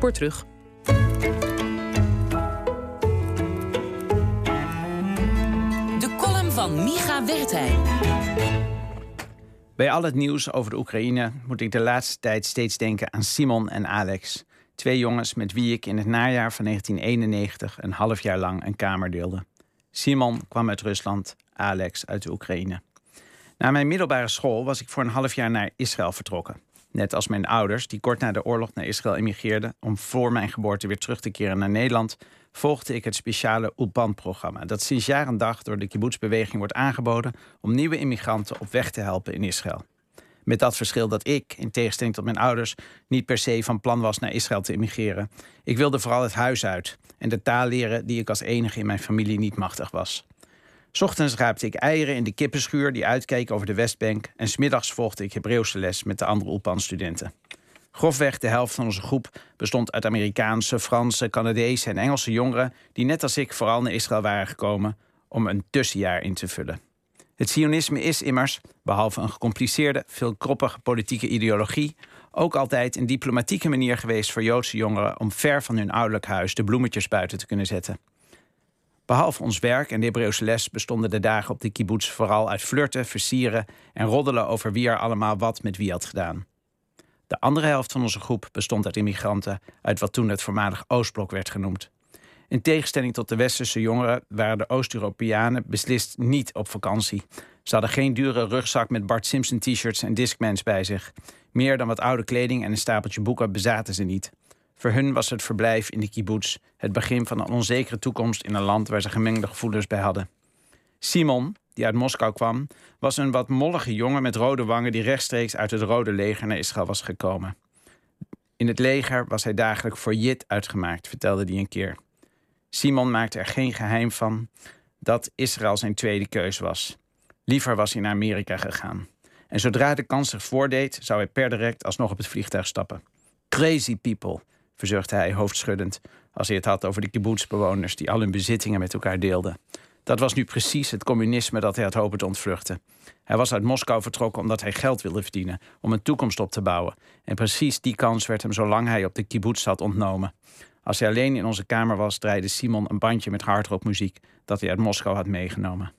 spoor terug. De column van Micha Wertheim. Bij al het nieuws over de Oekraïne moet ik de laatste tijd steeds denken aan Simon en Alex. 2 jongens met wie ik in het najaar van 1991 een half jaar lang een kamer deelde. Simon kwam uit Rusland, Alex uit de Oekraïne. Na mijn middelbare school was ik voor een half jaar naar Israël vertrokken. Net als mijn ouders, die kort na de oorlog naar Israël emigreerden om voor mijn geboorte weer terug te keren naar Nederland, volgde ik het speciale Ulpan-programma dat sinds jaar en dag door de kibbutzbeweging wordt aangeboden om nieuwe immigranten op weg te helpen in Israël. Met dat verschil dat ik, in tegenstelling tot mijn ouders, niet per se van plan was naar Israël te emigreren. Ik wilde vooral het huis uit en de taal leren die ik als enige in mijn familie niet machtig was. 's Ochtends raapte ik eieren in de kippenschuur die uitkeek over de Westbank en 's middags volgde ik Hebreeuwse les met de andere Ulpan-studenten. Grofweg de helft van onze groep bestond uit Amerikaanse, Franse, Canadese en Engelse jongeren die net als ik vooral naar Israël waren gekomen om een tussenjaar in te vullen. Het Zionisme is immers, behalve een gecompliceerde, veelkroppige politieke ideologie, ook altijd een diplomatieke manier geweest voor Joodse jongeren om ver van hun ouderlijk huis de bloemetjes buiten te kunnen zetten. Behalve ons werk en de Hebreeuwse les bestonden de dagen op de kibbutz vooral uit flirten, versieren en roddelen over wie er allemaal wat met wie had gedaan. De andere helft van onze groep bestond uit immigranten uit wat toen het voormalig Oostblok werd genoemd. In tegenstelling tot de westerse jongeren waren de Oost-Europeanen beslist niet op vakantie. Ze hadden geen dure rugzak met Bart Simpson t-shirts en Discmans bij zich. Meer dan wat oude kleding en een stapeltje boeken bezaten ze niet. Voor hun was het verblijf in de kibbutz het begin van een onzekere toekomst in een land waar ze gemengde gevoelens bij hadden. Simon, die uit Moskou kwam, was een wat mollige jongen met rode wangen die rechtstreeks uit het Rode Leger naar Israël was gekomen. In het leger was hij dagelijks voor Jid uitgemaakt, vertelde hij een keer. Simon maakte er geen geheim van dat Israël zijn tweede keus was. Liever was hij naar Amerika gegaan. En zodra de kans zich voordeed, zou hij per direct alsnog op het vliegtuig stappen. Crazy people, verzuchtte hij hoofdschuddend als hij het had over de kibbutzbewoners die al hun bezittingen met elkaar deelden. Dat was nu precies het communisme dat hij had hopen te ontvluchten. Hij was uit Moskou vertrokken omdat hij geld wilde verdienen, om een toekomst op te bouwen. En precies die kans werd hem zolang hij op de kibbutz zat ontnomen. Als hij alleen in onze kamer was, draaide Simon een bandje met hardrockmuziek dat hij uit Moskou had meegenomen.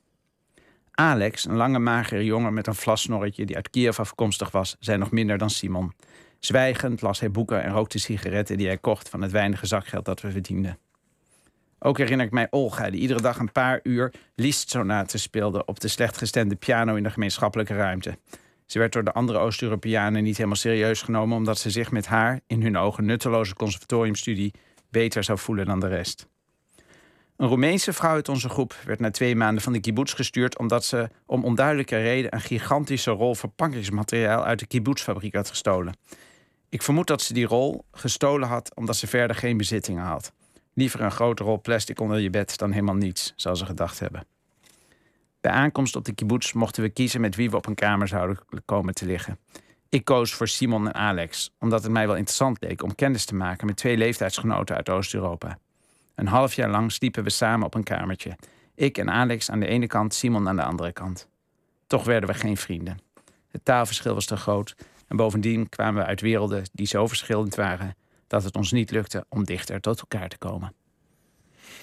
Alex, een lange magere jongen met een vlassnorretje die uit Kiev afkomstig was, zei nog minder dan Simon. Zwijgend las hij boeken en rookte sigaretten die hij kocht van het weinige zakgeld dat we verdienden. Ook herinner ik mij Olga, die iedere dag een paar uur Liszt-sonaten speelde op de slecht gestemde piano in de gemeenschappelijke ruimte. Ze werd door de andere Oost-Europeanen niet helemaal serieus genomen omdat ze zich met haar, in hun ogen nutteloze conservatoriumstudie, beter zou voelen dan de rest. Een Roemeense vrouw uit onze groep werd na 2 maanden van de kibbutz gestuurd omdat ze om onduidelijke reden een gigantische rol verpakkingsmateriaal uit de kibbutzfabriek had gestolen. Ik vermoed dat ze die rol gestolen had omdat ze verder geen bezittingen had. Liever een grote rol plastic onder je bed dan helemaal niets, zou ze gedacht hebben. Bij aankomst op de kibbutz mochten we kiezen met wie we op een kamer zouden komen te liggen. Ik koos voor Simon en Alex, omdat het mij wel interessant leek om kennis te maken met 2 leeftijdsgenoten uit Oost-Europa. Een half jaar lang sliepen we samen op een kamertje. Ik en Alex aan de ene kant, Simon aan de andere kant. Toch werden we geen vrienden. Het taalverschil was te groot en bovendien kwamen we uit werelden die zo verschillend waren dat het ons niet lukte om dichter tot elkaar te komen.